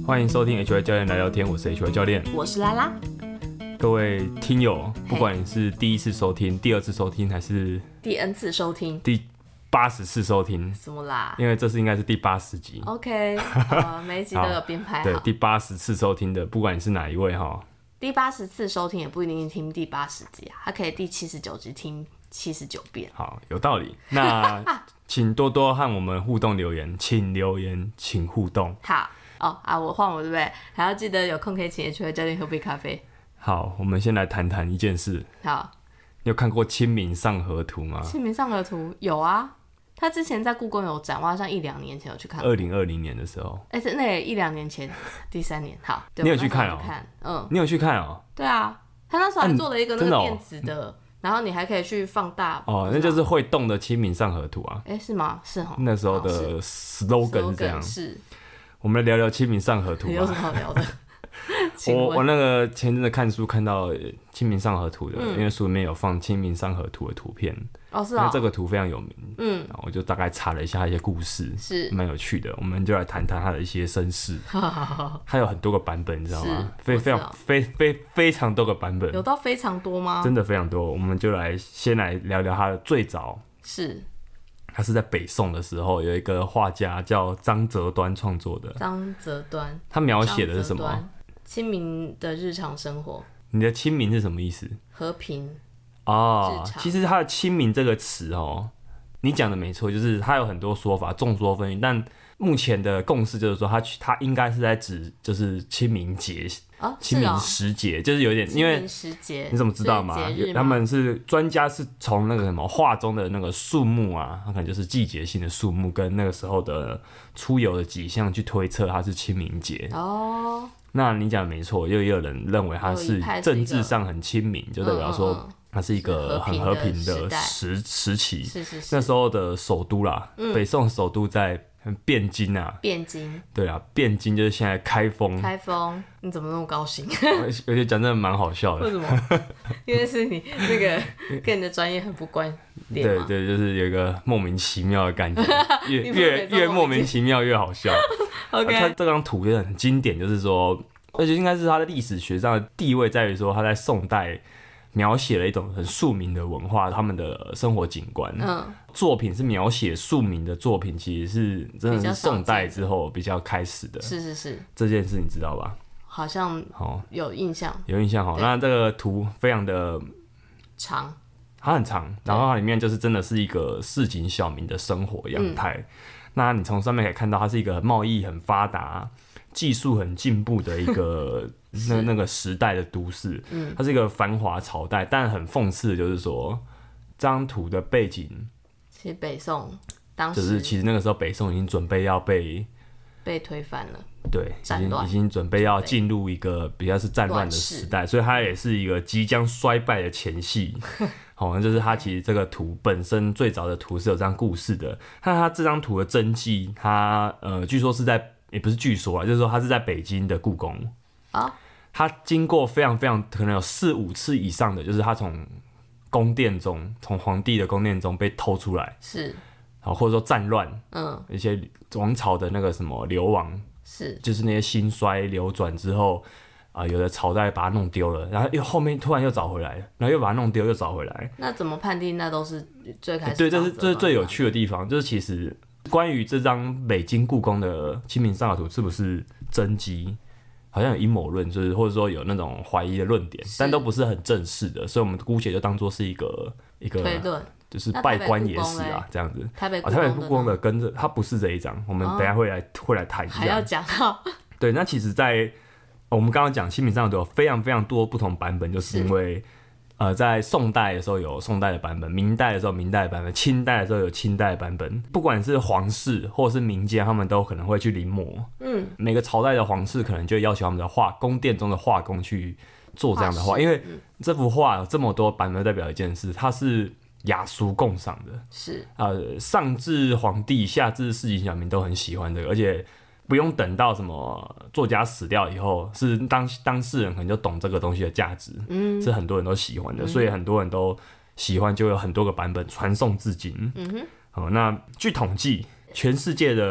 欢迎收听 HY 教练来聊天，我是 HY 教练， 我是拉拉。 各位听友，不管你是第一次收听、第二次收听，还是第 N 次收听、 第80次收听， 什么啦？ 因为这是应该是第80集。 OK， 每一集都有编排好。 对，第80次收听的，不管你是哪一位哈， 第80次收听也不一定听第80集啊，他可以第79集听79遍。 好，有道理。那请多多和我们互动留言，请留言，请互动。 好我换我对不对？还要记得有空可以请 HY 教练喝杯咖啡。 好，我们先来谈谈一件事。 好， 你有看过《清明上河图》吗？ 清明上河图有啊，他之前在故宫有展，我好像1-2年前有去看。 2020年的时候。 真的也1-2年前，第3年。好， 你有去看哦？你有去看哦？ 对啊，他那时候还做了一个那个电子的。 然后你还可以去放大哦，那就是会动的《清明上河图》啊。 是吗？是齁。 那时候的 slogan 是这样。 是。 我们来聊聊《清明上河图》吧。 有什么好聊的？ 我那个前阵子看书看到《清明上河图》的，因为书里面有放《清明上河图》的图片。 是啊。 那这个图非常有名。然后我就大概查了一下一些故事， 是蛮有趣的。我们就来谈谈它的一些身世。它有很多个版本，你知道吗？非常多个版本。 有到非常多吗？ 真的非常多。我们就先来聊聊它的最早。 是。 他是在北宋的时候，有一个画家叫张择端创作的。 张择端， 他描写的是什么？ 清明的日常生活。 你的清明是什么意思？ 和平。 其实他的清明这个词你讲的没错，就是他有很多说法，众说纷纭。但目前的共识就是说他应该是在指就是清明节。清明时节就是有点，因为你怎么知道吗？他们是专家是从那个什么画中的那个树木啊，它可能就是季节性的树木跟那个时候的出游的迹象去推测它是清明节。那你讲的没错，又有人认为它是政治上很亲民，就代表说它是一个很和平的时期。 是那时候的首都啦，北宋首都在汴京啊。 汴京。对啊，汴京就是现在开封。 你怎么那么高兴？ 而且讲真的蛮好笑的。 为什么？因为是你那个跟你的专业很不关联嘛。 对，就是有一个莫名其妙的感觉，越莫名其妙越好笑。 OK， 他这张图也很经典，就是说，而且应该是他的历史学上的地位在于说，他在宋代描写了一种很庶民的文化，他们的生活景观。作品是描写庶民的作品，其实是真的是宋代之后比较开始的。 是。 这件事你知道吧？ 好像有印象。 那这个图非常的长， 它很长，然后它里面就是真的是一个市井小民的生活样态。那你从上面可以看到，它是一个贸易很发达、技术很进步的一个那个时代的都市。它是一个繁华朝代，但很讽刺的就是说，这张图的背景其实北宋当时就是其实那个时候北宋已经准备要被推翻了。 对，已经准备要进入一个比较是战乱的时代，所以它也是一个即将衰败的前夕。那就是它其实这个图本身最早的图是有这样故事的。它这张图的真迹，它据说是在，也不是据说啦，就是说它是在北京的故宫。它经过非常非常可能有4-5次以上的，就是它从宫殿中，从皇帝的宫殿中被偷出来， 是， 或者说战乱，一些王朝的那个什么流亡。就是那些兴衰流转之后，有的朝代把它弄丢了，然后后面突然又找回来了，然后又把它弄丢又找回来。 那怎么判定那都是最开始？ 对，这是最有趣的地方，就是其实关于这张北京故宫的《清明上河图》是不是真迹，好像有阴谋论，就是或者说有那种怀疑的论点，但都不是很正式的，所以我们姑且就当作是一个推论。 就是拜官野史啊，这样子。 台北故宫的跟着它不是这一张，我们等一下会来谈一下。 还要讲到对，那其实在我们刚刚讲《清明上河图》有非常非常多不同版本，就是因为在宋代的时候有宋代的版本，明代的时候明代的版本，清代的时候有清代的版本。不管是皇室或者是民间，他们都可能会去临摹。每个朝代的皇室可能就要求他们的宫殿中的画工去做这样的画，因为这幅画有这么多版本，代表一件事，它是雅俗共赏的， 是上至皇帝，下至市井小民都很喜欢这个，而且不用等到什么作家死掉以后，是当事人可能就懂这个东西的价值，是很多人都喜欢的，所以很多人都喜欢，就有很多个版本传颂至今。那据统计，全世界的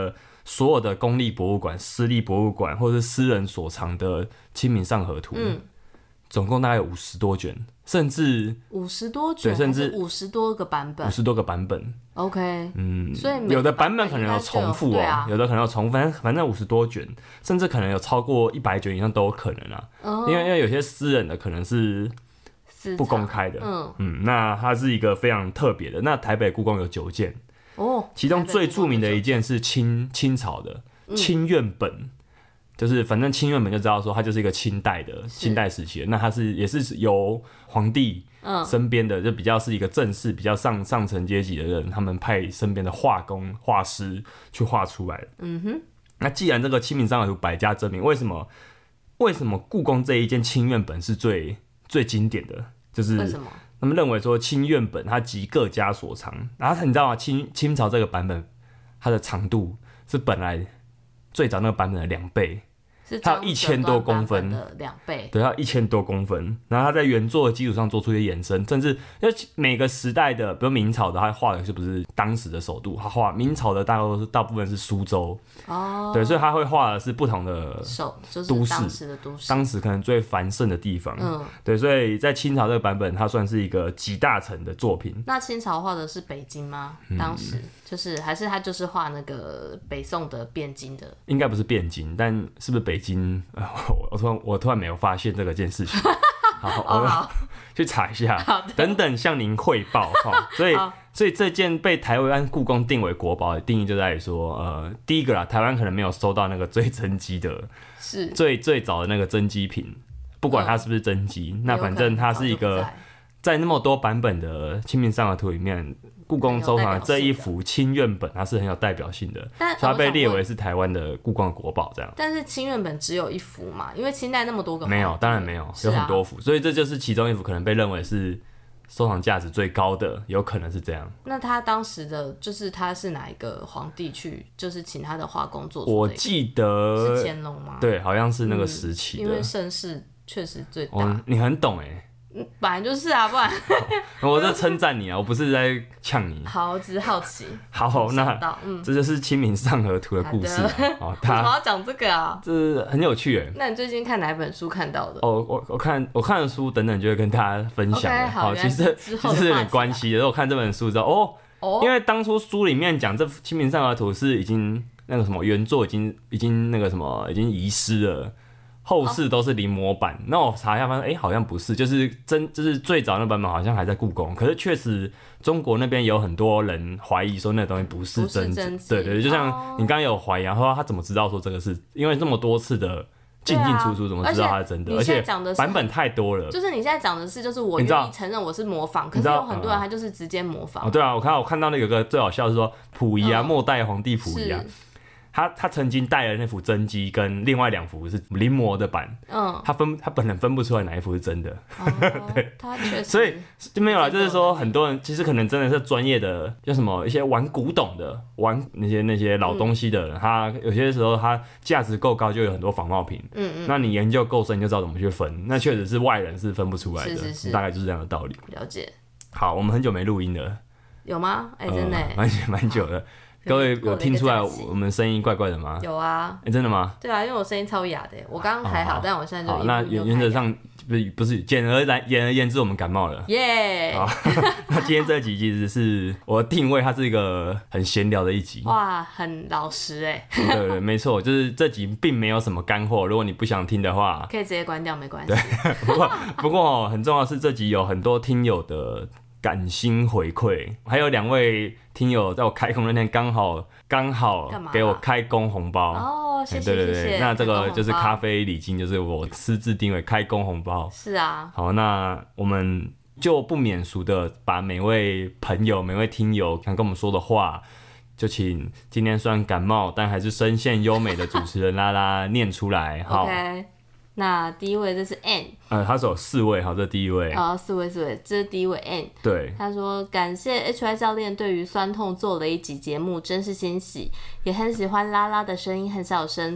所有的公立博物馆、私立博物馆或者是私人所藏的《清明上河图》，总共大概有50多卷，甚至 50多卷， 对，甚至 50多个版本 ，50多个版本。 OK，所以有的版本可能有重复哦，有的可能有重复，反正50多卷，甚至可能有超过100卷以上都有可能啊。因为有些私人的可能是不公开的，那它是一个非常特别的。那台北故宫有9件，其中最著名的一件是清朝的清苑本。就是反正清苑本就知道说它就是一个清代时期的，那它也是由皇帝身边的就比较是一个正式比较上层阶级的人，他们派身边的画工画师去画出来的。那既然这个清明上河图百家争鸣，为什么故宫这一件清苑本是最经典的？就是为什么他们认为说清苑本它集各家所长，然后你知道吗？清朝这个版本它的长度是本来最早那个版本的2倍。它有1000多公分的2倍， 对，它有1000多公分。然后它在原作的基础上做出一些衍生，甚至因为每个时代的，比如明朝的，它画的是不是当时的首都？它画明朝的大部分是苏州，对，所以它会画的是不同的都市，当时可能最繁盛的地方，对，所以在清朝这个版本，它算是一个集大成的作品。 那清朝画的是北京吗？当时就是还是他就是画那个北宋的汴京的？ 应该不是汴京，但是不是北京？我突然没有发现这件事情，我去查一下，等等向您汇报。所以这件被台湾故宫定为国宝的定义就在于说，第一个啦，台湾可能没有收到那个最真机的，是最早的那个真机品，不管它是不是真机，那反正它是一个在那么多版本的《清明上河图》里面。故宫收藏的这一幅清苑本，它是很有代表性的，所以它被列为是台湾的故宫的国宝这样。 但是清苑本只有1幅嘛，因为清代那么多个， 没有，当然没有，有很多幅，所以这就是其中一幅可能被认为是收藏价值最高的，有可能是这样。 那他当时的就是他是哪一个皇帝去，就是请他的画工做出？ 我记得是乾隆吗？ 对，好像是那个时期的， 因为盛世确实最大。 你很懂欸。 本来就是啊，不然我在称赞你啊，我不是在呛你。 好，我只是好奇。 好，那这就是《清明上河图》的故事。 为什么要讲这个啊？ 这很有趣耶。 那你最近看哪本书看到的？ 我看的书，等等就会跟大家分享。 好， 其实有点关系的。我看这本书之后，因为当初书里面讲这《清明上河图》是已经那个什么原作已经那个什么已经遗失了。后世都是临摹版，那我查一下发现，好像不是，就是最早那版本好像还在故宫，可是确实中国那边有很多人怀疑说那个东西不是真迹，对，就像你刚刚有怀疑，然后他怎么知道说这个是因为这么多次的进出出，怎么知道它是真的？而且版本太多了， 就是你现在讲的是，就是我愿意承认我是模仿，可是有很多人他就是直接模仿。 对啊，我看到那有个最好笑的是说溥仪啊，末代皇帝溥仪啊。他曾经带了那幅真迹，跟另外2幅是临摹的版，他本人分不出来哪一幅是真的， 对，他确实， 所以就没有啦。就是说，很多人其实可能真的是专业的，叫什么一些玩古董的，玩那些老东西的人，他有些时候他价值够高，就有很多仿冒品。那你研究够深，你就知道怎么去分。那确实是外人是分不出来的，是大概就是这样的道理。 了解。 好，我们很久没录音了， 有吗？真的蛮久的。各位有听出来我们声音怪怪的吗？ 有啊， 真的吗？ 对啊，因为我声音超哑的，我刚刚还好，但我现在就那原则上不是，简而言之，我们感冒了。 耶！ 那今天这集其实是我的定位，它是一个很闲聊的一集。 哇，很老实哎。 对，没错，就是这集并没有什么干货，如果你不想听的话， 可以直接关掉，没关系。 不过很重要的是这集有很多听友的感心回馈，还有2位听友在我开工那天刚好给我开工红包哦，谢谢对，谢谢。那这个就是咖啡礼金，就是我私自定为开工红包。 是啊。 好，那我们就不免俗的把每位朋友、每位听友想跟我们说的话，就請今天雖然感冒，但還是聲線優美的主持人拉拉念出來。好 ，OK。那第一位这是 N， 他是有4位，好，这第一位。 4位，这是第一位 N。 对， 他说感谢 HY 教练对于酸痛做了一集节目，真是欣喜，也很喜欢拉拉的声音和笑声。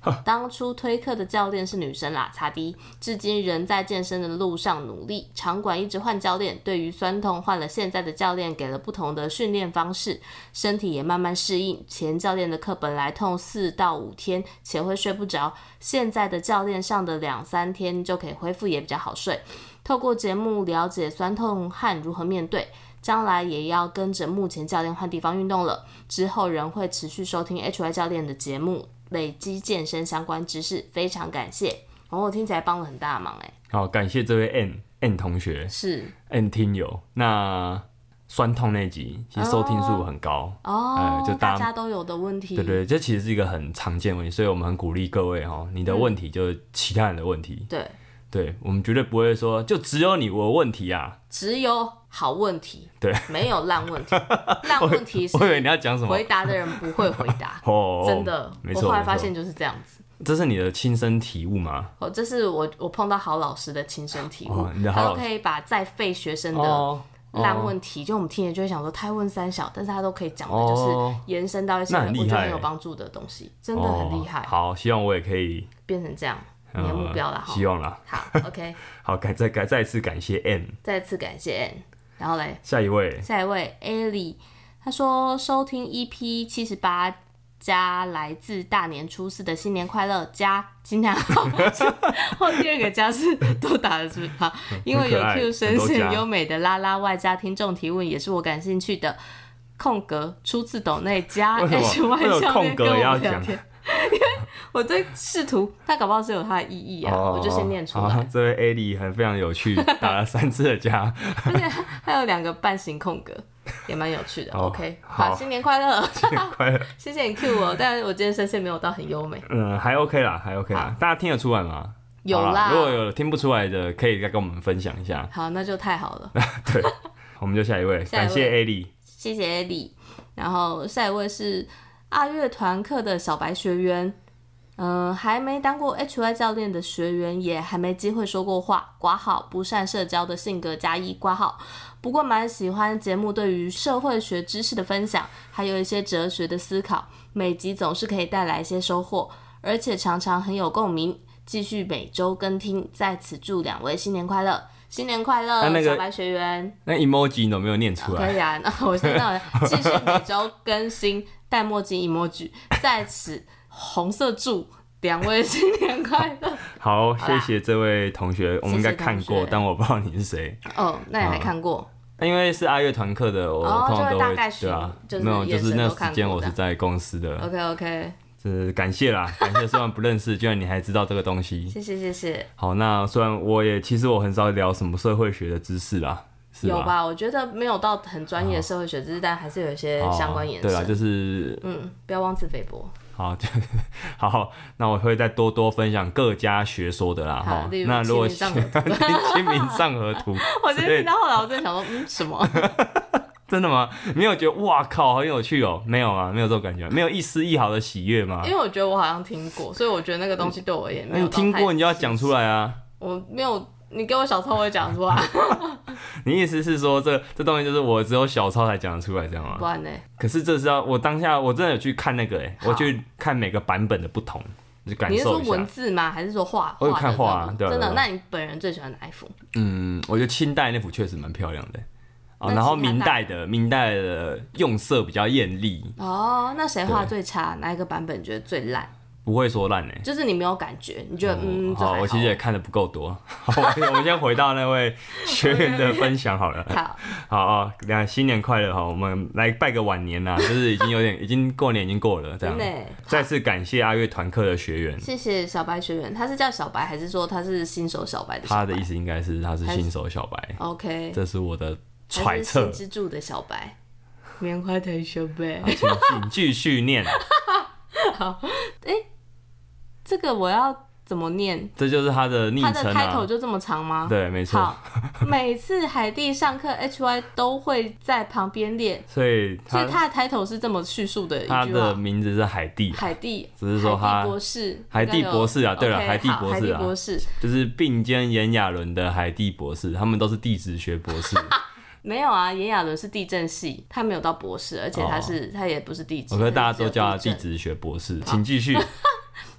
当初推课的教练是女生啦，擦低，至今仍在健身的路上努力。场馆一直换教练，对于酸痛换了现在的教练，给了不同的训练方式，身体也慢慢适应。前教练的课本来痛4到5天，且会睡不着，现在的教练上的2、3天就可以恢复，也比较好睡。透过节目了解酸痛和如何面对。将来也要跟着目前教练换地方运动了，之后仍会持续收听 HY 教练的节目，累积健身相关知识，非常感谢。我听起来帮了很大的忙好，感谢这位 N 同学， 是 N 听友。那酸痛那集其实收听数很高就大家都有的问题。 对，这其实是一个很常见的问题，所以我们很鼓励各位你的问题就是其他人的问题。对，我们绝对不会说就只有你我的问题啊， 只有好问题， 对， 没有烂问题。烂问题是我以为你要讲什么， 回答的人不会回答真的， 没错， 我后来发现就是这样子。 这是你的亲身体悟吗？ 这是我碰到好老师的亲身体悟。 你的好老师他都可以把在废学生的烂问题，就我们听了就会想说他问三小，但是他都可以讲的就是延伸到一些我觉得很有帮助的东西，真的很厉害。 好，希望我也可以变成这样。你的目标啦， 希望啦。 好 ，OK。 好，再次感谢 N， 再次感谢 N。然后嘞， 下一位 Ellie， 他说收听 EP 78加来自大年初4的新年快乐加惊叹号，后第二个加是多打的是不是？好，因为有 Q 声线优美的拉拉外加听众提问，也是我感兴趣的。空格初次抖内加 HY 教练跟我聊天。因为我在试图，他搞不好是有他的意义啊，我就先念出来。 这位 A 非常有趣，打了3次的加， 而且还有2个半形空格，也蛮有趣的。OK， 好，新年快乐， 新年快乐， 谢谢你 Q 我，但是我今天声线没有到很优美， 还 OK 啦，大家听得出来吗？ 有啦， 如果有听不出来的，可以再跟我们分享一下。 好，那就太好了。 对，我们就下一位，感谢 A， 谢谢 A， 然后下一位是阿乐团课的小白学员，还没当过 HY 教练的学员，也还没机会说过话，括号不善社交的性格加1括号，不过蛮喜欢节目对于社会学知识的分享，还有一些哲学的思考，每集总是可以带来一些收获，而且常常很有共鸣，继续每周跟听，在此祝2位新年快乐。新年快乐，小白学员。 那 emoji 你有没有念出来？ 可以啊，那我现在继续每周更新带墨镜 emoji， 在此红色祝2位新年快乐。 好，谢谢这位同学，我们应该看过，但我不知道你是谁。 那你还看过？ 因为是阿乐团课的，我通常都会对啊， 没有，就是那时间我是在公司的。 OK。 感谢啦，感谢，虽然不认识，居然你还知道这个东西， 谢谢。 好，那虽然其实我很少聊什么社会学的知识啦，是吧？ 有吧？我觉得没有到很专业的社会学知识，但还是有一些相关延伸。 对啦，就是不要妄自菲薄。 好，那我会再多分享各家学说的啦。哈，那如果清明上河图， 我今天听到后来，我真的想说，什么？ 真的吗？没有觉得哇靠很有趣哦？没有啊，没有这种感觉，没有一丝一毫的喜悦吗？ 因为我觉得我好像听过，所以我觉得那个东西对我也没有。 你听过你就要讲出来啊！ 我没有，你给我小抄我也讲出来。 你意思是说这东西就是我只有小抄才讲得出来这样吗？ 不然呢？ 可是这是我当下我真的有去看那个我去看每个版本的不同，就感受一下。 你是说文字吗？还是说画？ 我有看画啊，对啊。 真的？那你本人最喜欢哪一幅？ 我觉得清代那幅确实蛮漂亮的。然后明代的用色比较艳丽。 那谁画最差？哪一个版本觉得最烂？ 不会说烂就是你没有感觉，你觉得好，我其实也看的不够多。我们先回到那位学员的分享好了。好，新年快乐哈！我们来拜个晚年啦，就是已经过年已经过了这样。再次感谢阿乐团课的学员， 谢谢小白学员。他是叫小白，还是说他是新手小白的小白？ 他的意思应该是他是新手小白。 OK， 这是我的揣测。 新之助的小白，棉花糖小白， 请继续念。 好，这个我要怎么念？ 这就是他的昵称啊。 他的开头就这么长吗？ 对，没错。 好，每次海蒂上课 ，HY 都会在旁边练， 所以他的开头是这么叙述的一句话。 他的名字是海蒂，只是说他海蒂博士啊。对了，海蒂博士就是并肩炎亚纶的海蒂博士，他们都是地质学博士。 没有啊，炎亚纶是地震系，他没有到博士，而且他也不是地质。 我觉得大家都叫他地质学博士，请继续。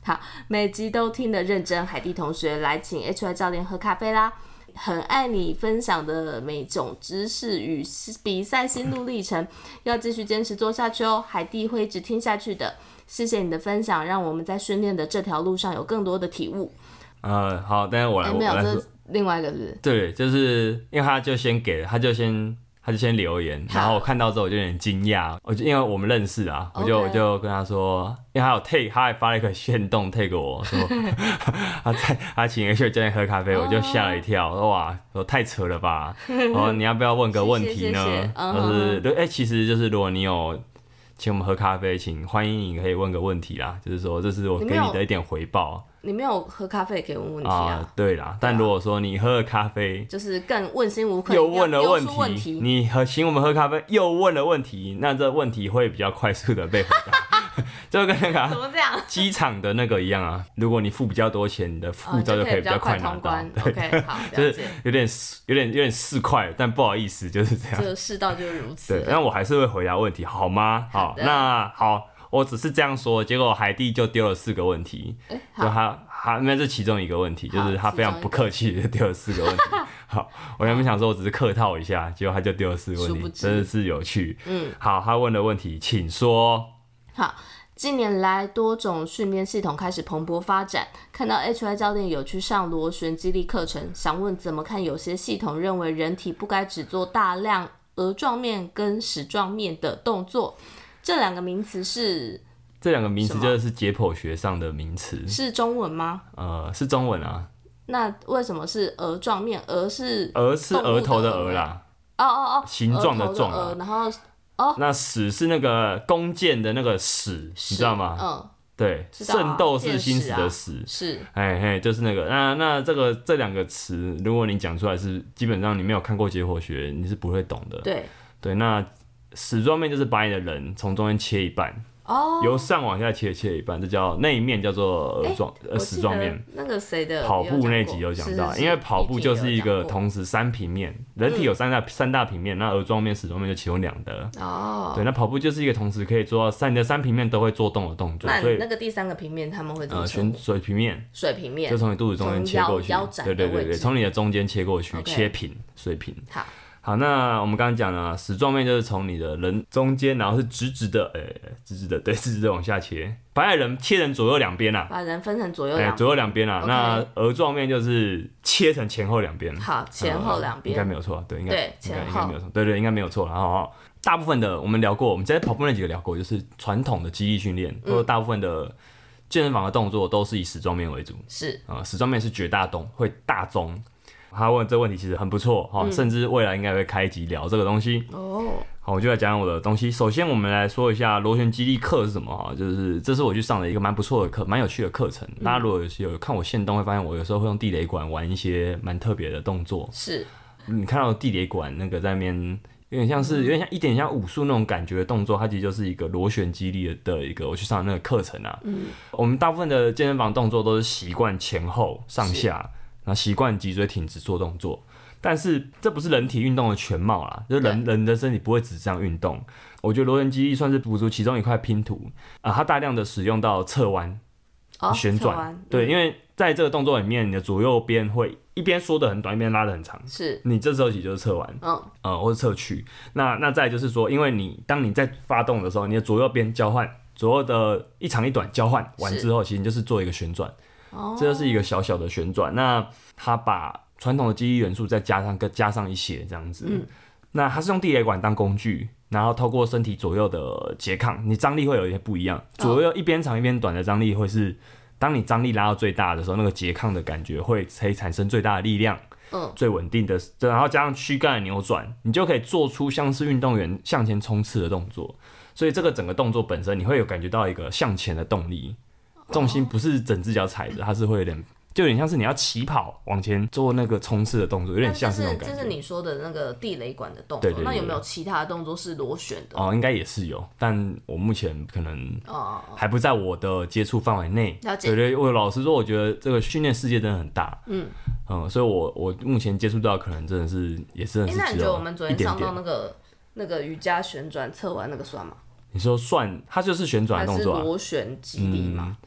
好，每集都听得认真，海蒂同学来请 HY 教练喝咖啡啦。很爱你分享的每种知识与比赛心路历程，要继续坚持做下去哦。海蒂会一直听下去的。谢谢你的分享，让我们在训练的这条路上有更多的体悟。 好，但是我来， 没有， 这是另外一个，是不是？ 对，就是因为他就先给了，他就先留言，然后我看到之后我就有点惊讶，因为我们认识啊，我就跟他说，因为他有 take， 他还发了一个限动 take 我说他请 HY 教练喝咖啡，我就吓了一跳，哇，我太扯了吧，你要不要问个问题呢？ 谢谢就是其实就是如果你有请我们喝咖啡，请欢迎你可以问个问题啦，就是说这是我给你的一点回报。 你没有喝咖啡可以问问题啊？ 对啦，但如果说你喝了咖啡， 就是更问心无愧， 又问了问题，你请我们喝咖啡又问了问题，那这问题会比较快速的被回答，就跟那个怎么这样？ 机场的那个一样啊，如果你付比较多钱，你的护照就可以比较快拿到。 OK， 好， 就是有点市侩，但不好意思，就是这样。 这世道就是如此。 对，但我还是会回答问题，好吗？好，那好。我只是这样说，结果海蒂就丢了4个问题，就他那是其中一个问题，就是他非常不客气的丢了4个问题。好，我原本想说我只是客套一下，结果他就丢了4个问题，真的是有趣。好，他问的问题，请说。 好，近年来多种训练系统开始蓬勃发展，看到 HY 教练有去上螺旋肌力课程，想问怎么看有些系统认为人体不该只做大量额状面跟矢状面的动作。这两个名词就是解剖学上的名词， 是中文吗？ 是中文啊。 那为什么是额状面？额是额头的额啦。形状的状啊。 然后那矢是那个弓箭的那个矢，你知道吗？对，圣斗士星矢的矢是， 就是那个。那这两个词，如果你讲出来是基本上你没有看过解剖学，你是不会懂的。对，那矢状面就是把你的人从中间切一半，由上往下切一半，这叫那一面叫做矢状面。 那个谁的跑步那集有讲到，因为跑步就是一个同时3平面，人体有三大平面，那额状面、矢状面就其中2的。对，那跑步就是一个同时可以做到你的3平面都会做动的动作。 那个第3个平面他们会怎么称呼？ 水平面， 就从你肚子中间切过去，对，从你的中间切过去，切平，水平。好，那我们刚刚讲了，矢状面就是从你的人中间，然后是直直的往下切，把人切成左右两边啊， 把人分成左右两边啊。那额状面就是切成前后两边。 好，前后两边应该没有错，对，应该没有错，对，应该没有错。然后大部分的我们聊过，我们在跑步那几个聊过，就是传统的肌力训练，或者大部分的健身房的动作都是以矢状面为主， 是矢状面是绝大动，会大宗。他问这问题其实很不错，甚至未来应该会开一集聊这个东西。好，我就来讲讲我的东西。首先，我们来说一下螺旋肌力课是什么，就是这是我去上的一个蛮不错的课，蛮有趣的课程。大家如果有看我限动，会发现我有时候会用地雷管玩一些蛮特别的动作。 是， 你看到地雷管那个在那边，有点像武术那种感觉的动作，它其实就是一个螺旋肌力的一个我去上的那个课程啊。我们大部分的健身房动作都是习惯前后上下。然后习惯脊椎挺直做动作，但是这不是人体运动的全貌啦，就是人的身体不会只这样运动。我觉得螺旋肌力算是补足其中一块拼图它大量的使用到侧弯、旋转，对，因为在这个动作里面，你的左右边会一边缩得很短，一边拉得很长， 是你这时候起就是侧弯，或者侧屈。那再来就是说，因为当你在发动的时候，你的左右边交换，左右的一长一短交换完之后，其实你就是做一个旋转。这就是一个小小的旋转，那它把传统的肌力元素再加上一些这样子，那它是用地雷管当工具，然后透过身体左右的拮抗，你张力会有一些不一样，左右一边长一边短的张力会是，当你张力拉到最大的时候，那个拮抗的感觉可以产生最大的力量，最稳定的，然后加上躯干的扭转，你就可以做出像是运动员向前冲刺的动作，所以这个整个动作本身你会有感觉到一个向前的动力。重心不是整只脚踩着，它是会有点像是你要起跑往前做那个冲刺的动作，有点像是那种感觉。 这是你说的那个地雷管的动作。对，那有没有其他的动作是螺旋的？ 应该也是有，但我目前可能还不在我的接触范围内。 了解。 对，我老实说，我觉得这个训练世界真的很大。所以我目前接触到可能真的是也真的是只有一点点。 那你觉得我们昨天上到那个瑜伽旋转侧弯那个算吗？ 你说算，它就是旋转的动作还是螺旋肌力吗？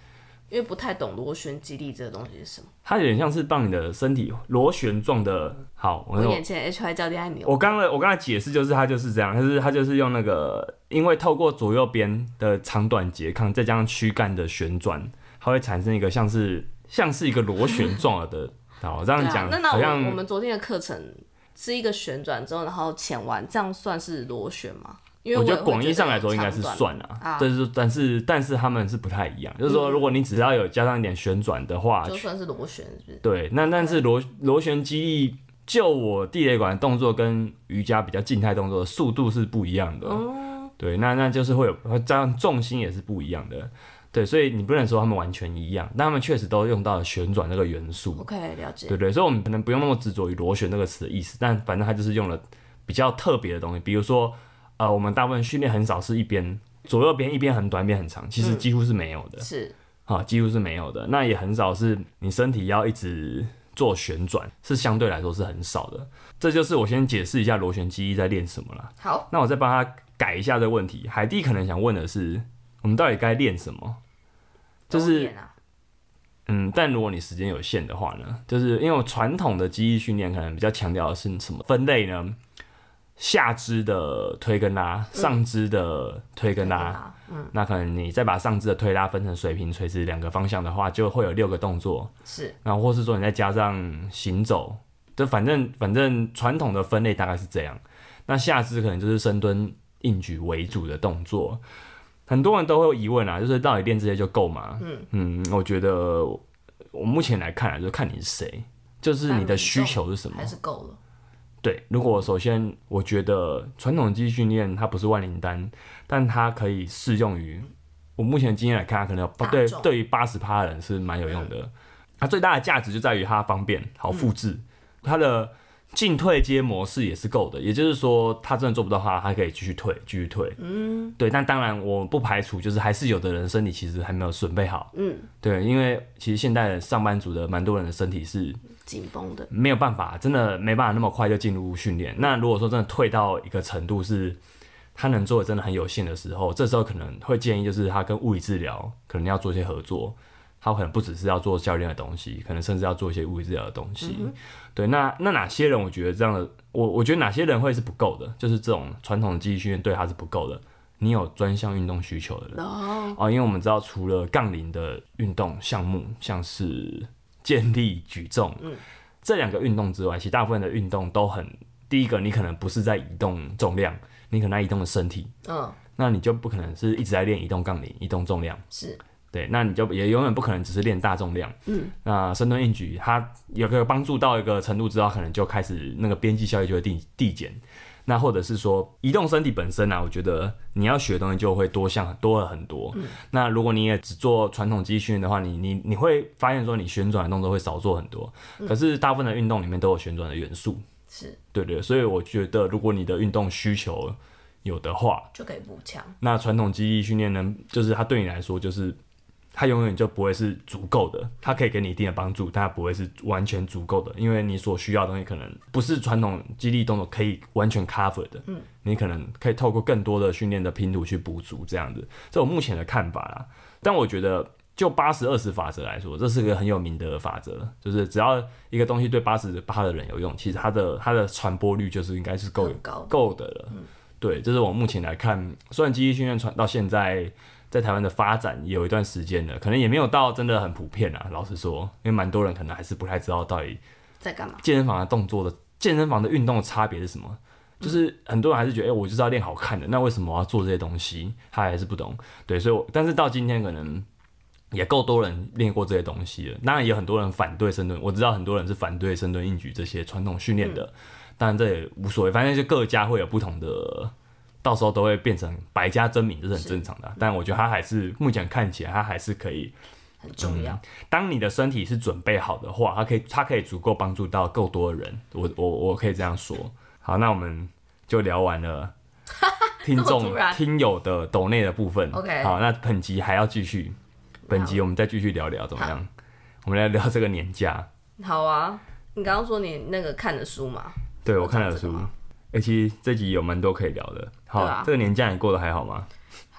因为不太懂螺旋肌力这个东西是什么。 它有点像是帮你的身体螺旋状的。好， 我眼前 HY 教练按钮。 我刚才解释就是它就是这样，它就是用那个，因为透过左右边的长短拮抗，再加上躯干的旋转，它会产生一个像是一个螺旋状的。好，这样讲、 那好像我们昨天的课程是一个旋转之后，然后前弯，这样算是螺旋吗？因为我觉得广义上来说应该是算啊，但是他们是不太一样，就是说如果你只要有加上一点旋转的话， 就算是螺旋，是不是？ 对，但是螺旋肌力，就我地雷管的动作跟瑜伽比较静态动作的速度是不一样的，对，那就是会加上重心也是不一样的，对，所以你不能说他们完全一样，但他们确实都用到了旋转这个元素。 OK， 了解。 对，所以我们可能不用那么执着于螺旋这个词的意思，但反正它就是用了比较特别的东西，比如说。我们大部分训练很少是一边左右边一边很短一边很长，其实几乎是没有的， 是几乎是没有的。那也很少是你身体要一直做旋转，是相对来说是很少的。这就是我先解释一下螺旋肌力在练什么啦。 好， 那我再帮他改一下这个问题。海蒂可能想问的是，我们到底该练什么？就是但如果你时间有限的话呢，就是因为传统的肌力训练可能比较强调的是什么分类呢？下肢的推跟拉，上肢的推跟拉，那可能你再把上肢的推拉分成水平、垂直两个方向的话，就会有6个动作。 是， 然后或是说你再加上行走，就反正传统的分类大概是这样。那下肢可能就是深蹲、硬举为主的动作。很多人都会有疑问啊，就是到底练这些就够吗？我觉得我目前来看就看你是谁，就是你的需求是什么， 还是够了。 对，如果首先我觉得传统的肌力训练它不是万灵丹，但它可以适用于我目前的经验来看，它可能对于80%的人是蛮有用的。它最大的价值就在于它方便、好复制，它的进退阶模式也是够的。也就是说，它真的做不到的话，它可以继续退。对，但当然我不排除就是还是有的人身体其实还没有准备好。对，因为其实现代的上班族的蛮多人的身体是紧绷的， 没有办法，真的没办法那么快就进入训练。那如果说真的退到一个程度是他能做的真的很有限的时候，这时候可能会建议就是他跟物理治疗可能要做一些合作，他可能不只是要做教练的东西，可能甚至要做一些物理治疗的东西。对，那哪些人我觉得这样的，我觉得哪些人会是不够的，就是这种传统的肌力训练对他是不够的。你有专项运动需求的人因为我们知道除了杠铃的运动项目，像是健力、举重，这2个运动之外，其实大部分的运动都很，第一个你可能不是在移动重量，你可能在移动的身体，那你就不可能是一直在练移动杠铃、移动重量， 是对，那你就也永远不可能只是练大重量，那深蹲硬举它有个帮助到一个程度之后，可能就开始那个边际效益就会递减。那或者是说移动身体本身啊，我觉得你要学的东西就会多了很多。那如果你也只做传统肌力训练的话，你会发现说你旋转的动作会少做很多。可是大部分的运动里面都有旋转的元素， 是对，所以我觉得如果你的运动需求有的话， 就可以补强。 那传统肌力训练呢，就是它对你来说就是它永远就不会是足够的，它可以给你一定的帮助，但它不会是完全足够的，因为你所需要的东西可能不是传统肌力动作可以完全 cover 的，你可能可以透过更多的训练的拼图去补足这样子，这我目前的看法啦。但我觉得就80-20法则来说，这是个很有名的法则，就是只要一个东西对80%的人有用，其实它的传播率就是应该是够的了。对，这是我目前来看，虽然肌力训练传到现在在台湾的发展也有一段时间了，可能也没有到真的很普遍啊。老实说，因为蛮多人可能还是不太知道到底在干嘛， 健身房的动作的健身房的运动的差别是什么。就是很多人还是觉得，我就是要练好看的，那为什么我要做这些东西？他还是不懂。对，所以但是到今天可能也够多人练过这些东西了。当然也有很多人反对深蹲，我知道很多人是反对深蹲、硬举这些传统训练的。当然这也无所谓，反正就各家会有不同的。到时候都会变成百家争鸣，这是很正常的。但我觉得它还是目前看起来，它还是可以很重要。 当你的身体是准备好的话，它可以足够帮助到够多的人。我可以这样说。好，那我们就聊完了听友的抖内的部分。 OK， 好，那本集还要继续，本集我们再继续聊聊怎么样？我们来聊这个年假。 好啊，你刚刚说你那个看的书嘛？ 对，我看了书。其实这集有蛮多可以聊的。好，这个年假你过得还好吗？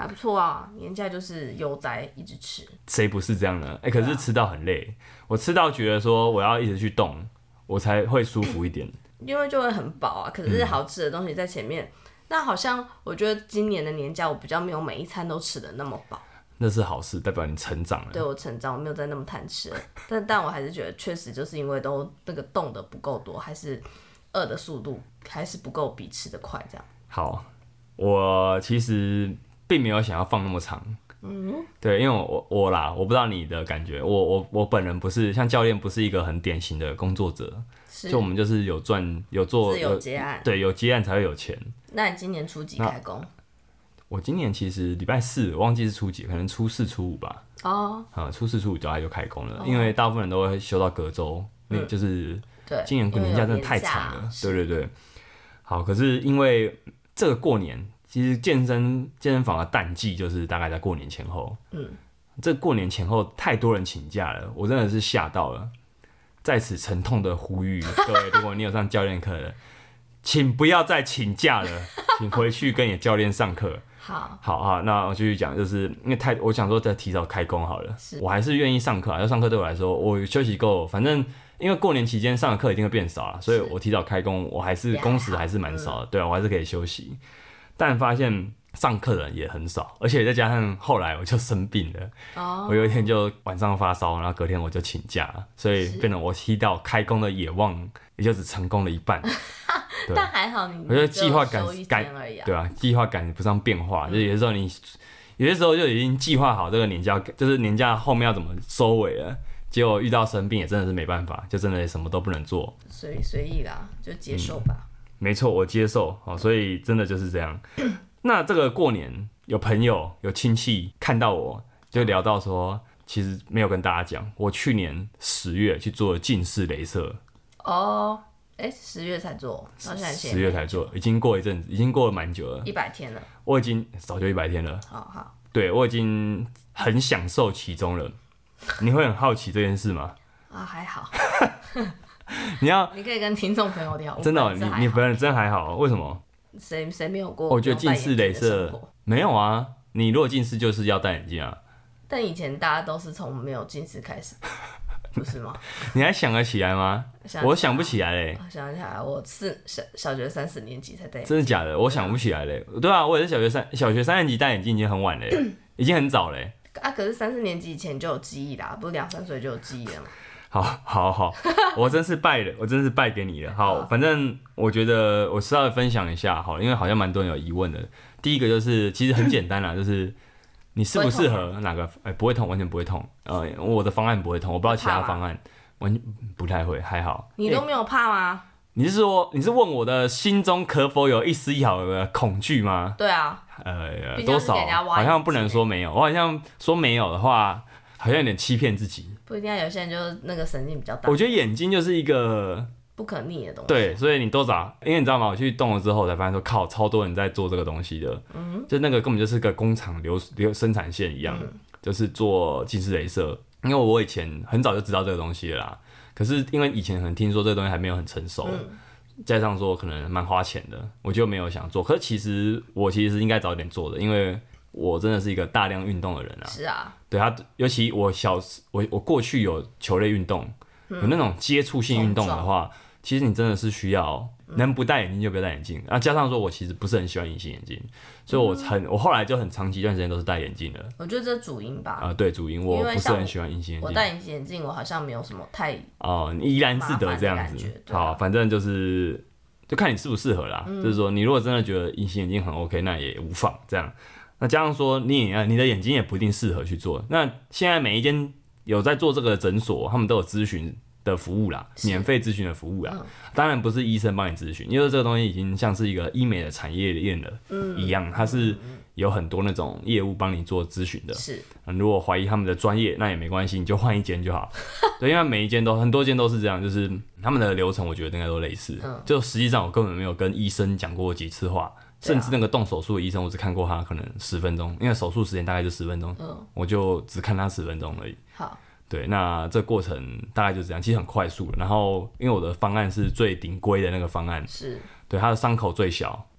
还不错啊，年假就是悠哉一直吃。 谁不是这样呢？可是吃到很累，我吃到觉得说我要一直去动，我才会舒服一点。 因为就会很饱啊，可是好吃的东西在前面。那好像我觉得今年的年假我比较没有每一餐都吃的那么饱。 那是好事，代表你成长了。 对，我成长，我没有再那么贪吃了。但我还是觉得，确实就是因为都那个动的不够多，还是饿的速度还是不够比吃的快，这样。 好，我其实并没有想要放那么长。对，因为我不知道你的感觉，我本人不是像教练，不是一个很典型的工作者，就我们就是有做自由接案， 对，有接案才会有钱。 那你今年初几开工？ 我今年其实礼拜四，我忘记是初几，可能初四、初五吧。初四、初五大概就开工了，因为大部分人都会休到隔周，就是今年年假真的太长了。对。好，可是因为这个过年，其实健身房的淡季就是大概在过年前后。这过年前后太多人请假了，我真的是吓到了。在此沉痛的呼吁各位，如果你有上教练课的，请不要再请假了，请回去跟你的教练上课。好，那我继续讲，就是因为我想说再提早开工好了，我还是愿意上课啊。要上课对我来说，我休息够，反正因为过年期间上的课一定会变少了，所以我提早开工，我还是工时还是蛮少的，对啊，我还是可以休息。但发现上课的人也很少，而且再加上后来我就生病了，我有一天就晚上发烧，然后隔天我就请假了，所以变成我提到开工的野望也就只成功了一半。 但还好你我觉得计划赶而已啊， 对啊，计划赶不上变化，就是有些时候就已经计划好这个年假，就是年假后面要怎么收尾了，结果遇到生病也真的是没办法，就真的什么都不能做， 随意啦，就接受吧。 没错，我接受，所以真的就是这样。那这个过年有朋友有亲戚看到我，就聊到说，其实没有跟大家讲，我去年10月去做了近视雷射。 10月才做，到现在 10月才做，已经过一阵子，已经过了蛮久了 ，100天了。 我已经早就100天了。 好， 对，我已经很享受其中了。你会很好奇这件事吗？ 还好。你可以跟听众朋友聊。 真的，你本人真还好，为什么？ 谁没有过？ 我觉得近视雷射没有啊。你如果近视就是要戴眼镜啊。 但以前大家都是从没有近视开始。不是吗？ 你还想得起来吗？我想不起来嘞。 想起来，我小学3、4年级才戴眼镜。 真的假的？我想不起来嘞。对啊，我也是小学3年级戴眼镜已经很晚嘞，已经很早嘞。 可是3、4年级以前就有记忆啦，不是2、3岁就有记忆了吗？ 好，我真是拜了，我真是拜给你了。好，反正我觉得我稍微分享一下好了，因为好像蛮多人有疑问的。第一个就是其实很简单啦，就是你适不适合哪个？不会痛，完全不会痛。我的方案不会痛，我不知道其他方案，完全不太会，还好。 你都没有怕吗？ 你是问我的心中可否有一丝一毫的恐惧吗？ 对啊。 多少？好像不能说没有，我好像说没有的话，好像有点欺骗自己。 不一定要，有些人就是那个神经比较大。 我觉得眼睛就是一个不可逆的东西。 对，所以你多找，因为你知道吗？我去动了之后，我才发现说，靠，超多人在做这个东西的。就那个根本就是个工厂生产线一样，就是做近视雷射。因为我以前很早就知道这个东西了啦，可是因为以前可能听说这个东西还没有很成熟，加上说可能蛮花钱的，我就没有想做。可是其实是应该早点做的，因为我真的是一个大量运动的人啊。 是啊。 对他，尤其我过去有球类运动，有那种接触性运动的话，其实你真的是需要能不戴眼镜就不要戴眼镜。加上说我其实不是很喜欢隐形眼镜，所以我后来就很长期一段时间都是戴眼镜的。 我觉得这主因吧。 对，主因我不是很喜欢隐形眼镜。 我戴隐形眼镜，我好像没有什么太你怡然自得这样子。好，反正就看你适不适合啦。就是说，你如果真的觉得隐形眼镜很 OK， 那也无妨这样。那加上说你的眼睛也不一定适合去做。那现在每一间有在做这个诊所，他们都有咨询的服务啦，免费咨询的服务啦。当然不是医生帮你咨询，因为这个东西已经像是一个医美的产业链了一样，它是有很多那种业务帮你做咨询的。 是， 如果怀疑他们的专业，那也没关系，你就换一间就好。对，因为每一间很多间都是这样，就是他们的流程我觉得应该都类似。就实际上我根本没有跟医生讲过几次话。甚至那个动手术的医生，我只看过他可能10分钟，因为手术时间大概就10分钟，我就只看他10分钟而已。 好， 对，那这过程大概就这样，其实很快速。然后，因为我的方案是最顶规的那个方案， 是对他的伤口最小，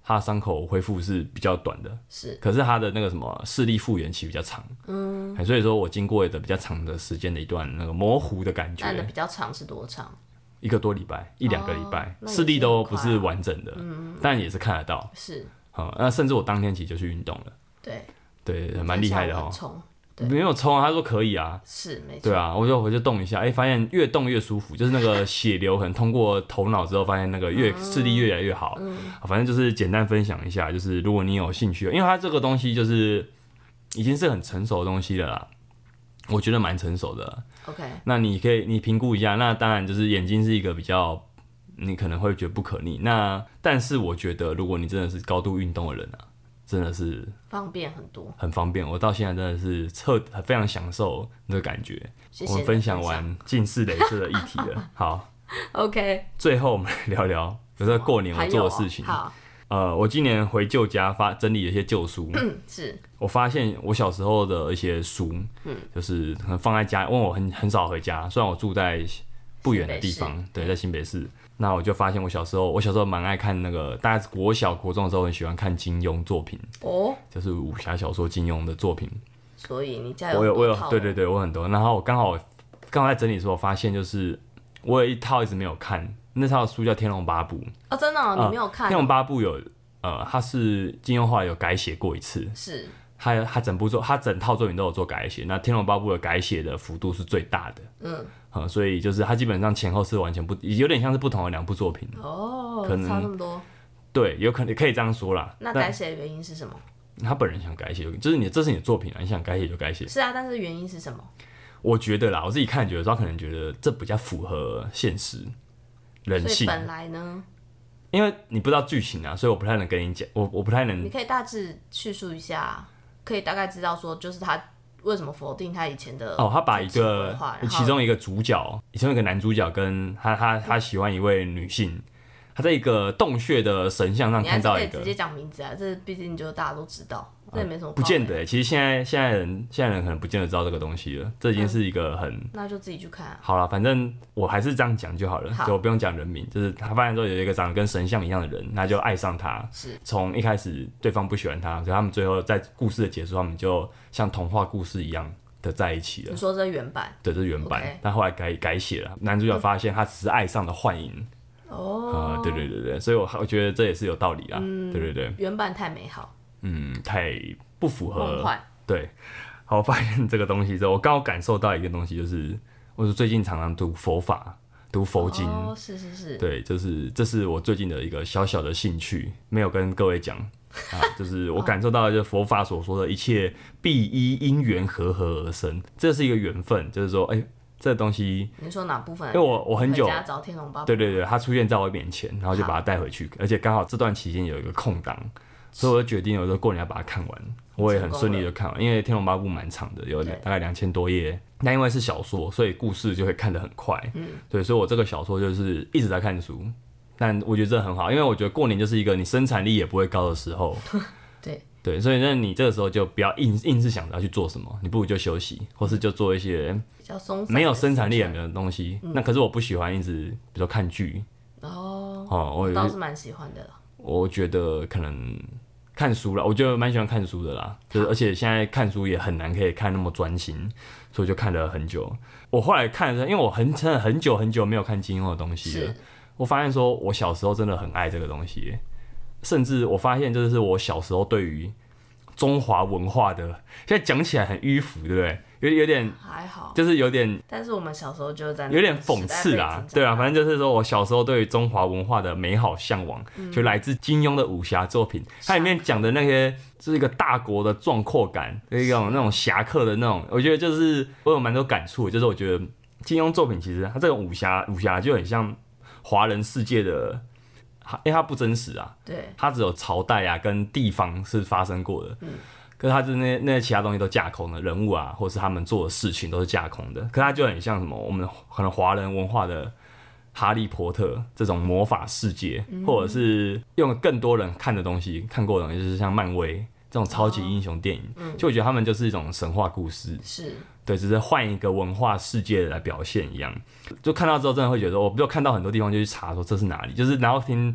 他的伤口恢复是比较短的， 是， 可是他的那个什么视力复原期比较长，所以说我经过的比较长的时间的一段那个模糊的感觉。 那你的比较长是多长 ？1个多礼拜，1-2个礼拜， 那也是视力都不很快啊是完整的，但也是看得到。 是， 那甚至我当天其实就去运动了， 对， 对，蛮厉害的哦。 冲，对没有冲啊，他说可以啊， 是没错， 对啊，我就动一下，发现越动越舒服，就是那个血流可能通过头脑之后，发现那个视力越来越好。反正就是简单分享一下，就是如果你有兴趣，因为它这个东西就是已经是很成熟的东西了啦，我觉得蛮成熟的。 OK， 那你可以评估一下，那当然就是眼睛是一个比较你可能会觉得不可逆，但是我觉得如果你真的是高度运动的人啊，真的是方便很多， 很方便。我到现在真的是非常享受那个感觉。 谢谢我们分享完近视雷射的议题了，好 ，OK， 最后我们来聊聊，就是过年我做的事情。 好， 我今年回旧家整理了一些旧书， 是我发现我小时候的一些书，就是可能放在家，因为我很少回家，虽然我住在不远的地方，对，在新北市。那我就发现我小时候蛮爱看那个，大概是国小国中的时候很喜欢看金庸作品，就是武侠小说金庸的作品。 所以你家有我有，对，我很多。然后我刚好在整理的时候，我发现就是我有一套一直没有看，那套书叫《天龙八部》。 哦，真的哦，你没有看？ 天龙八部有它是金庸后来有改写过一次， 是他整套作品都有做改写。那天龙八部的改写的幅度是最大的，所以就是它基本上前后是完全有点像是不同的2部作品。 可能差那么多。 对，有可能可以这样说啦。 那改写的原因是什么？ 他本人想改写，就是这是你的作品啊，你想改写就改写。 是啊，但是原因是什么？我觉得啦，我自己看觉得，他可能觉得这比较符合现实人性。 所以本来呢？ 因为你不知道剧情啊，所以我不太能跟你讲，我不太能。 你可以大致叙述一下，可以大概知道说，就是他为什么否定他以前的他把其中一个主角，其中一个男主角跟他喜欢一位女性。他在一个洞穴的神像上看到一个， 你还是可以直接讲名字啊，这毕竟就大家都知道，这也没什么。 不见得，其实现在人可能不见得知道这个东西了，这已经是一个那就自己去看啊。 好了，反正我还是这样讲就好了，就我不用讲人名，就是他发现说有一个长得跟神像一样的人，他就爱上他， 是从一开始对方不喜欢他，所以他们最后在故事的结束，他们就像童话故事一样的在一起了。 你说这是原版？ 对，这是原版，但后来改写了，男主角发现他只是爱上了幻影。对，所以我觉得这也是有道理啦。对， 原版太美好， 太不符合梦幻。 对，好，我发现这个东西之后，我刚好感受到一个东西，就是我最近常常读佛法、读佛经。 是。 对，这是我最近的一个小小的兴趣，没有跟各位讲就是我感受到就是佛法所说的一切必依因缘和合而生，这是一个缘分，就是说，这个东西， 你说哪部分？ 因为我很久回家找天龙八部， 对，他出现在我面前，然后就把它带回去，而且刚好这段期间有一个空档，所以我就决定，我说过年要把它看完，我也很顺利的看完，因为天龙八部蛮长的，有大概2000多页，那因为是小说，所以故事就会看得很快，对，所以我这个小说就是一直在看书，但我觉得这很好，因为我觉得过年就是一个你生产力也不会高的时候，对，所以那你这个时候就不要硬是想着要去做什么，你不如就休息，或是就做一些比较松散没有生产力的东西。那可是我不喜欢一直，比如说看剧。 我倒是蛮喜欢的。 我觉得可能看书啦，我觉得蛮喜欢看书的啦。就是而且现在看书也很难可以看那么专心，所以我就看了很久。我后来看的时候，因为我真的很久没有看金庸的东西了，我发现说我小时候真的很爱这个东西。甚至我发现，就是我小时候对于中华文化的，现在讲起来很迂腐，对不对？有点还好， 就是有点， 但是我们小时候就在有点讽刺啦，对啊，反正就是说我小时候对于中华文化的美好向往，就来自金庸的武侠作品，它里面讲的那些就是一个大国的壮阔感，一种那种侠客的那种，我觉得就是我有蛮多感触，就是我觉得金庸作品其实它这个武侠就很像华人世界的。因为它不真实啊， 对， 它只有朝代啊跟地方是发生过的，可是它是那其他东西都架空的，人物啊或是他们做的事情都是架空的，可是它就很像什么我们可能华人文化的哈利波特这种魔法世界，或者是用更多人看的东西看过的东西，就是像漫威这种超级英雄电影，就我觉得他们就是一种神话故事， 是对，只是换一个文化世界来表现一样。就看到之后，真的会觉得，我看到很多地方就去查说这是哪里，就是然后听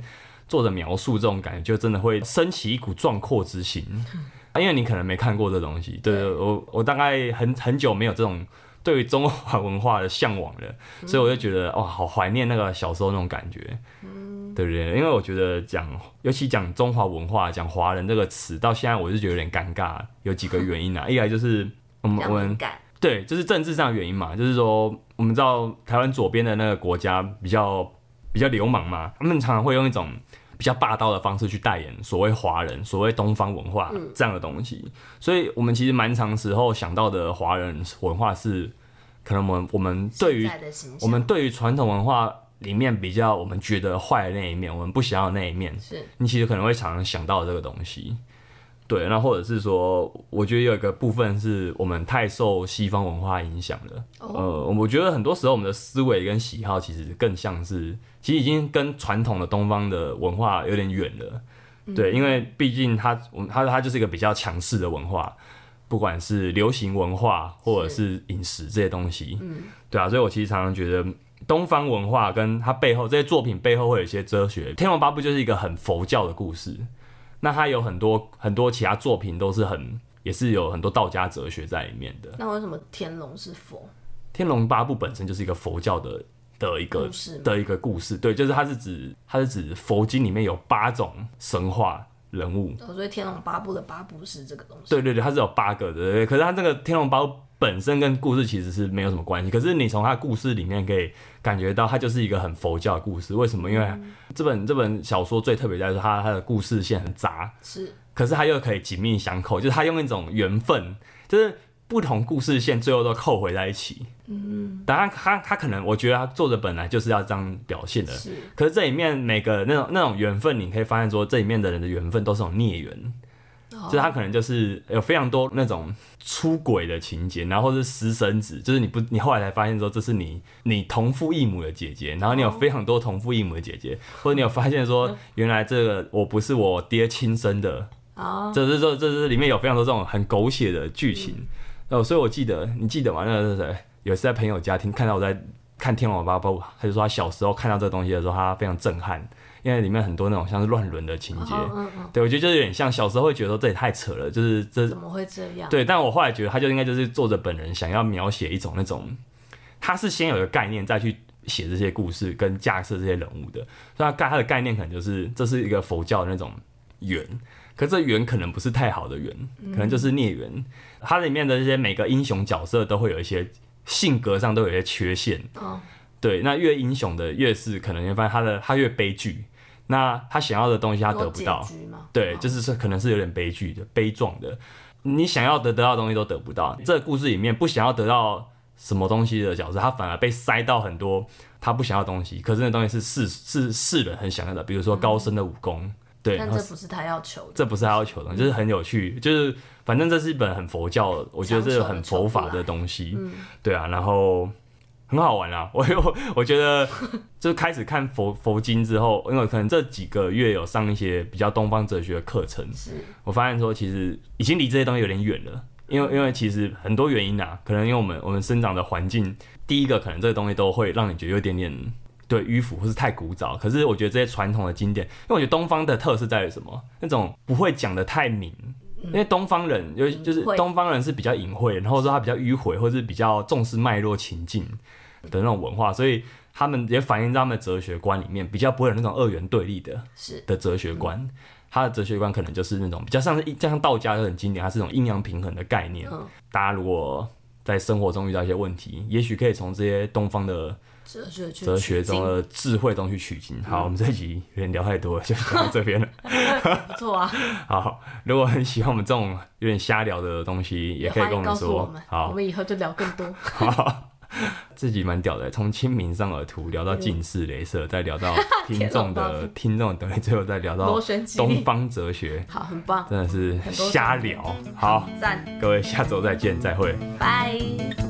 作者描述这种感觉，就真的会升起一股壮阔之心。因为你可能没看过这东西，对，我大概很久没有这种对于中华文化的向往了，所以我就觉得哇，好怀念那个小时候那种感觉，对不对？因为我觉得尤其讲中华文化、讲华人这个词，到现在我是觉得有点尴尬，有几个原因啊。一来就是我们对，就是政治上的原因嘛，就是说我们知道台湾左边的那个国家比较流氓嘛，他们常常会用一种比较霸道的方式去代言所谓华人、所谓东方文化这样的东西，所以我们其实蛮长时候想到的华人文化是，可能我们对于传统文化里面比较我们觉得坏的那一面，我们不想要的那一面，你其实可能会常常想到这个东西。对，那或者是说，我觉得有一个部分是我们太受西方文化影响了。我觉得很多时候我们的思维跟喜好其实更像是，其实已经跟传统的东方的文化有点远了。对，因为毕竟它就是一个比较强势的文化，不管是流行文化或者是饮食这些东西。对啊，所以我其实常常觉得东方文化跟它背后这些作品背后会有一些哲学。《天龙八部》就是一个很佛教的故事。那它有很多其他作品都是也是有很多道家哲学在里面的。 那为什么天龙是佛？ 天龙八部本身就是一个佛教的一个故事，对，就是它是指佛经里面有8种神话人物。 所以天龙八部的八部是这个东西。 对对对，它是有8个的，对。可是它这个天龙八部本身跟故事其实是没有什么关系，可是你从它的故事里面可以感觉到它就是一个很佛教的故事。为什么？因为这本小说最特别在于它的故事线很杂，可是它又可以紧密相扣，就是它用一种缘分，就是不同故事线最后都扣回在一起。当然他可能我觉得他作者本来就是要这样表现的，可是这里面每个那种缘分，你可以发现说这里面的人的缘分都是种孽缘。就是他可能就是有非常多那种出轨的情节，然后或是私生子，就是你后来才发现说这是你同父异母的姐姐，然后你有非常多同父异母的姐姐，或者你有发现说原来这个我不是我爹亲生的，这是里面有非常多这种很狗血的剧情。所以你记得吗？那个是谁？有一次在朋友家看到我在看《天龙八部》，他就说他小时候看到这个东西的时候，他非常震撼。因为里面很多那种像是乱伦的情节，对，我觉得就是有点像小时候会觉得说这也太扯了，就是这怎么会这样？对， 但我后来觉得他就应该就是作者本人想要描写一种那种，他是先有一个概念再去写这些故事跟架设这些人物的，所以他的概念可能就是这是一个佛教的那种缘，可是这缘可能不是太好的缘，可能就是孽缘。它里面的这些每个英雄角色都会有一些性格上都有一些缺陷。对，那越英雄的越是可能你会发现他越悲剧，那他想要的东西他得不到，对，就是可能是有点悲剧的、悲壮的，你想要得到的东西都得不到。这个故事里面不想要得到什么东西的角色，他反而被塞到很多他不想要的东西，可是那东西是世人很想要的，比如说高深的武功。对， 但这不是他要求的， 这不是他要求的，就是很有趣，就是反正这是一本很佛教，我觉得这是很佛法的东西。对啊，然后很好玩啦，我觉得就开始看佛经之后，因为可能这几个月有上一些比较东方哲学的课程，我发现说其实已经离这些东西有点远了，因为其实很多原因啊，可能因为我们生长的环境，第一个可能这个东西都会让你觉得有点对迂腐或是太古早，可是我觉得这些传统的经典，因为我觉得东方的特色在于什么？那种不会讲得太明。因为东方人就是东方人是比较隐晦，然后说他比较迂回，或是比较重视脉络情境的那种文化，所以他们也反映在他们的哲学观里面，比较不会有那种二元对立的哲学观。他的哲学观可能就是那种比较像道家就很经典，它是那种阴阳平衡的概念。大家如果在生活中遇到一些问题，也许可以从这些东方的哲学中的智慧中去取经。好，我们这一集有点聊太多了，就讲到这边了。 不错啊。 好，如果很喜欢我们这种有点瞎聊的东西，也可以跟我们说。好， 我们以后就聊更多。 好，这集蛮屌的，从清明上耳图聊到近视雷射，再聊到听众的等最后再聊到东方哲学。 好，很棒， 真的是瞎聊。好， 赞， 各位下周再见，再会， 拜。